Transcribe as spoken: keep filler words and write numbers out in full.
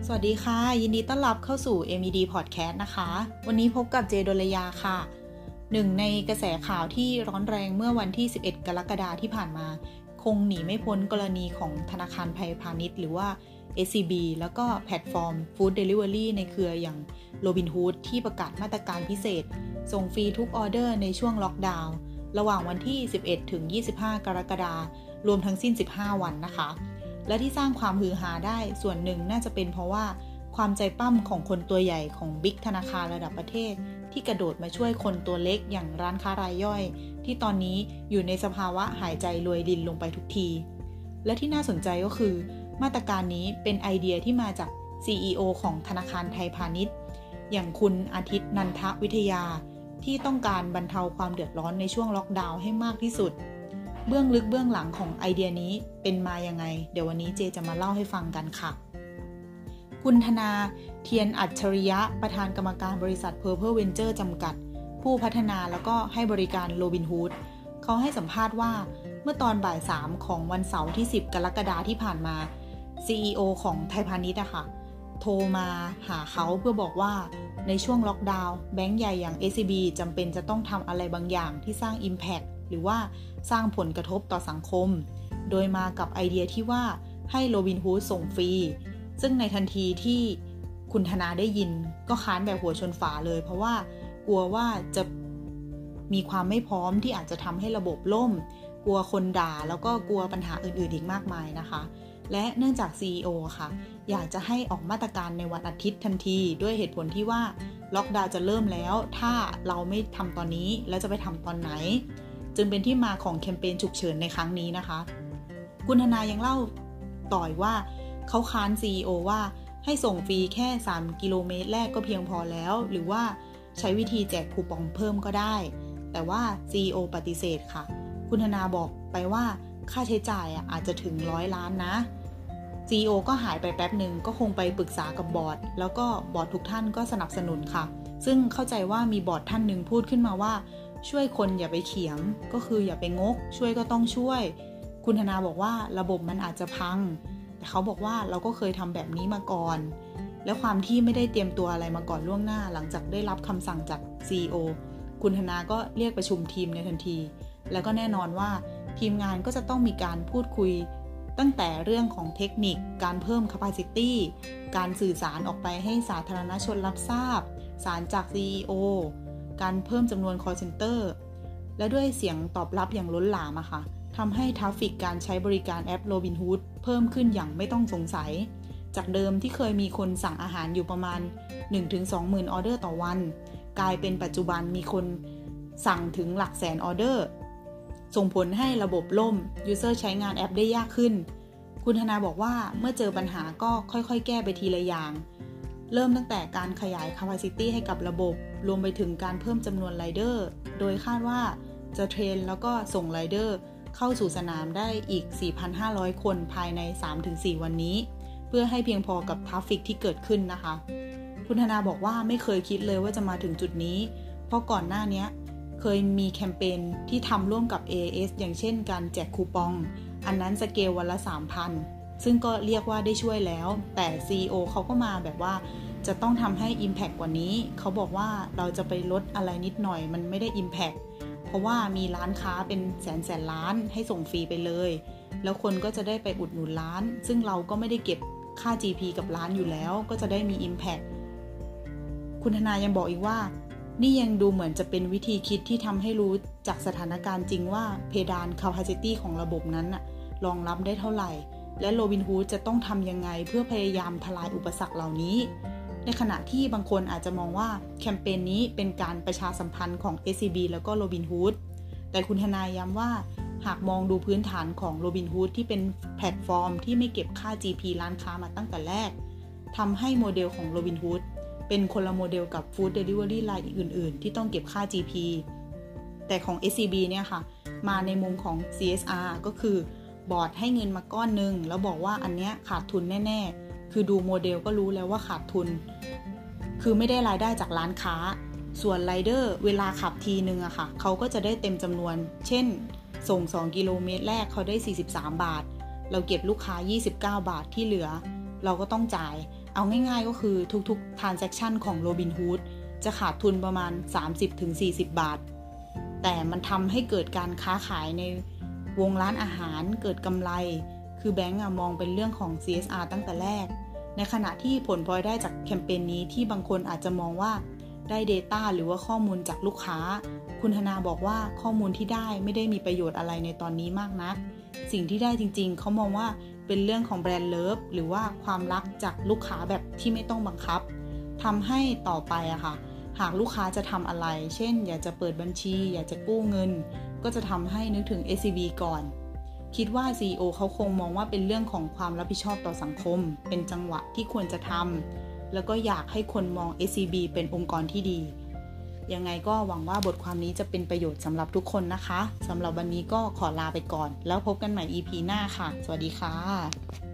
สวัสดีค่ะยินดีต้อนรับเข้าสู่ เอ็ม อี ดี Podcast นะคะวันนี้พบกับเจดลยาค่ะหนึ่งในกระแสข่าวที่ร้อนแรงเมื่อวันที่สิบเอ็ดกรกฎาคมที่ผ่านมาคงหนีไม่พ้นกรณีของธนาคารไทยพาณิชย์หรือว่า เอส ซี บี แล้วก็แพลตฟอร์ม Food Delivery ในเครืออย่าง Robinhood ที่ประกาศมาตรการพิเศษส่งฟรีทุกออเดอร์ในช่วงล็อกดาวน์ระหว่างวันที่สิบเอ็ดถึงยี่สิบห้ากรกฎาคมรวมทั้งสิ้นสิบห้าวันนะคะและที่สร้างความฮือฮาได้ส่วนหนึ่งน่าจะเป็นเพราะว่าความใจปั้มของคนตัวใหญ่ของบิ๊กธนาคารระดับประเทศที่กระโดดมาช่วยคนตัวเล็กอย่างร้านค้ารายย่อยที่ตอนนี้อยู่ในสภาวะหายใจรวยรินลงไปทุกทีและที่น่าสนใจก็คือมาตรการนี้เป็นไอเดียที่มาจาก ซี อี โอ ของธนาคารไทยพาณิชย์อย่างคุณอาทิตย์นันทวิทยาที่ต้องการบรรเทาความเดือดร้อนในช่วงล็อกดาวน์ให้มากที่สุดเบื้องลึกเบื้องหลังของไอเดียนี้เป็นมายังไงเดี๋ยววันนี้เจจะมาเล่าให้ฟังกันค่ะคุณธนาเทียนอัจฉริยะประธานกรรมการบริษัท Purple Venture จำกัดผู้พัฒนาแล้วก็ให้บริการ Robinhood เขาให้สัมภาษณ์ว่าเมื่อตอนบ่ายสามของวันเสาร์ที่สิบกรกฎาคมที่ผ่านมา ซี อี โอ ของไทยพาณิชย์อะค่ะโทรมาหาเขาเพื่อบอกว่าในช่วงล็อกดาวน์แบงก์ใหญ่อย่าง เอส ซี บี จำเป็นจะต้องทำอะไรบางอย่างที่สร้าง Impact หรือว่าสร้างผลกระทบต่อสังคมโดยมากับไอเดียที่ว่าให้ Robinhood ส่งฟรีซึ่งในทันทีที่คุณธนาได้ยินก็ค้านแบบหัวชนฝาเลยเพราะว่ากลัวว่าจะมีความไม่พร้อมที่อาจจะทำให้ระบบล่มกลัวคนด่าแล้วก็กลัวปัญหาอื่นๆอีกมากมายนะคะและเนื่องจาก ซี อี โอ ค่ะอยากจะให้ออกมาตรการในวันอาทิตย์ทันทีด้วยเหตุผลที่ว่าล็อกดาวน์จะเริ่มแล้วถ้าเราไม่ทำตอนนี้แล้วจะไปทำตอนไหนจึงเป็นที่มาของแคมเปญฉุกเฉินในครั้งนี้นะคะคุณธนายังเล่าต่อว่าเขาค้าน ซี อี โอ ว่าให้ส่งฟรีแค่สามกิโลเมตรแรกก็เพียงพอแล้วหรือว่าใช้วิธีแจกคูปองเพิ่มก็ได้แต่ว่า ซี อี โอ ปฏิเสธค่ะคุณธนาบอกไปว่าค่าใช้จ่ายอาจจะถึงร้อยล้านนะ ซี อี โอ ก็หายไปแป๊บหนึ่งก็คงไปปรึกษากับบอร์ดแล้วก็บอร์ดทุกท่านก็สนับสนุนค่ะซึ่งเข้าใจว่ามีบอร์ดท่านหนึ่งพูดขึ้นมาว่าช่วยคนอย่าไปเขียงก็คืออย่าไปงกช่วยก็ต้องช่วยคุณธนาบอกว่าระบบมันอาจจะพังแต่เขาบอกว่าเราก็เคยทำแบบนี้มาก่อนแล้วความที่ไม่ได้เตรียมตัวอะไรมาก่อนล่วงหน้าหลังจากได้รับคำสั่งจาก ซี อี โอ คุณธนาก็เรียกประชุมทีมในทันทีแล้วก็แน่นอนว่าทีมงานก็จะต้องมีการพูดคุยตั้งแต่เรื่องของเทคนิคการเพิ่ม capacity การสื่อสารออกไปให้สาธารณชนรับทราบสารจาก ซี อี โอ การเพิ่มจำนวน call center และด้วยเสียงตอบรับอย่างล้นหลามอะค่ะทำให้ทราฟฟิกการใช้บริการแอป Robinhood เพิ่มขึ้นอย่างไม่ต้องสงสัยจากเดิมที่เคยมีคนสั่งอาหารอยู่ประมาณ หนึ่งถึงสองหมื่น ออเดอร์ต่อวันกลายเป็นปัจจุบันมีคนสั่งถึงหลักแสนออเดอร์ส่งผลให้ระบบล่ม User ใช้งานแอปได้ยากขึ้นคุณธนาบอกว่าเมื่อเจอปัญหาก็ค่อยๆแก้ไปทีละอย่างเริ่มตั้งแต่การขยาย capacity ให้กับระบบรวมไปถึงการเพิ่มจำนวนไรเดอร์โดยคาดว่าจะเทรนแล้วก็ส่งไรเดอร์เข้าสู่สนามได้อีก สี่พันห้าร้อย คนภายใน สามถึงสี่ วันนี้เพื่อให้เพียงพอกับทราฟฟิกที่เกิดขึ้นนะคะคุณธนาบอกว่าไม่เคยคิดเลยว่าจะมาถึงจุดนี้เพราะก่อนหน้านี้เคยมีแคมเปญที่ทำร่วมกับ เอ เอ เอส อย่างเช่นการแจกคูปองอันนั้นสเกลวันละ สามพัน ซึ่งก็เรียกว่าได้ช่วยแล้วแต่ ซี อี โอ เขาก็มาแบบว่าจะต้องทำให้ Impact กว่านี้เขาบอกว่าเราจะไปลดอะไรนิดหน่อยมันไม่ได้ Impact เพราะว่ามีร้านค้าเป็นแสนแสนล้านให้ส่งฟรีไปเลยแล้วคนก็จะได้ไปอุดหนุนร้านซึ่งเราก็ไม่ได้เก็บค่า จี พี กับร้านอยู่แล้วก็จะได้มี Impact คุณธนายังบอกอีกว่านี่ยังดูเหมือนจะเป็นวิธีคิดที่ทำให้รู้จากสถานการณ์จริงว่าเพดาน capacity ของระบบนั้นน่ะรองรับได้เท่าไหร่และ Robinhood จะต้องทำยังไงเพื่อพยายามทลายอุปสรรคเหล่านี้ในขณะที่บางคนอาจจะมองว่าแคมเปญนี้เป็นการประชาสัมพันธ์ของ เอส ซี บี แล้วก็ Robinhood แต่คุณธนาย้ำว่าหากมองดูพื้นฐานของ Robinhood ที่เป็นแพลตฟอร์มที่ไม่เก็บค่า จี พี ร้านค้ามาตั้งแต่แรกทำให้โมเดลของ Robinhood เป็นคนละโมเดลกับ Food Delivery รายอื่นๆที่ต้องเก็บค่า จี พี แต่ของ เอส ซี บี เนี่ยค่ะมาในมุมของ ซี เอส อาร์ ก็คือบอร์ดให้เงินมาก้อนนึงแล้วบอกว่าอันเนี้ยขาดทุนแน่ๆคือดูโมเดลก็รู้แล้วว่าขาดทุนคือไม่ได้รายได้จากร้านค้าส่วนไรเดอร์เวลาขับทีนึงอะค่ะเขาก็จะได้เต็มจำนวนเช่นส่งสองกิโลเมตรแรกเขาได้สี่สิบสามบาทเราเก็บลูกค้ายี่สิบเก้าบาทที่เหลือเราก็ต้องจ่ายเอาง่ายๆก็คือทุกๆ transaction ของ Robinhood จะขาดทุนประมาณ สามสิบถึงสี่สิบ บาทแต่มันทำให้เกิดการค้าขายในวงร้านอาหารเกิดกำไรคือแบงก์มองเป็นเรื่องของ ซี เอส อาร์ ตั้งแต่แรกในขณะที่ผลพลอยได้จากแคมเปญนี้ที่บางคนอาจจะมองว่าได้ Data หรือว่าข้อมูลจากลูกค้าคุณธนาบอกว่าข้อมูลที่ได้ไม่ได้มีประโยชน์อะไรในตอนนี้มากนักสิ่งที่ได้จริงๆเขามองว่าเป็นเรื่องของแบรนด์เลิฟหรือว่าความรักจากลูกค้าแบบที่ไม่ต้องบังคับทำให้ต่อไปอะค่ะหากลูกค้าจะทำอะไรเช่นอยากจะเปิดบัญชีอยากจะกู้เงินก็จะทำให้นึกถึง เอส ซี บี ก่อนคิดว่า ซี อี โอ เขาคงมองว่าเป็นเรื่องของความรับผิดชอบต่อสังคมเป็นจังหวะที่ควรจะทำแล้วก็อยากให้คนมอง เอส ซี บี เป็นองค์กรที่ดียังไงก็หวังว่าบทความนี้จะเป็นประโยชน์สำหรับทุกคนนะคะสำหรับวันนี้ก็ขอลาไปก่อนแล้วพบกันใหม่ อี พี หน้าค่ะสวัสดีค่ะ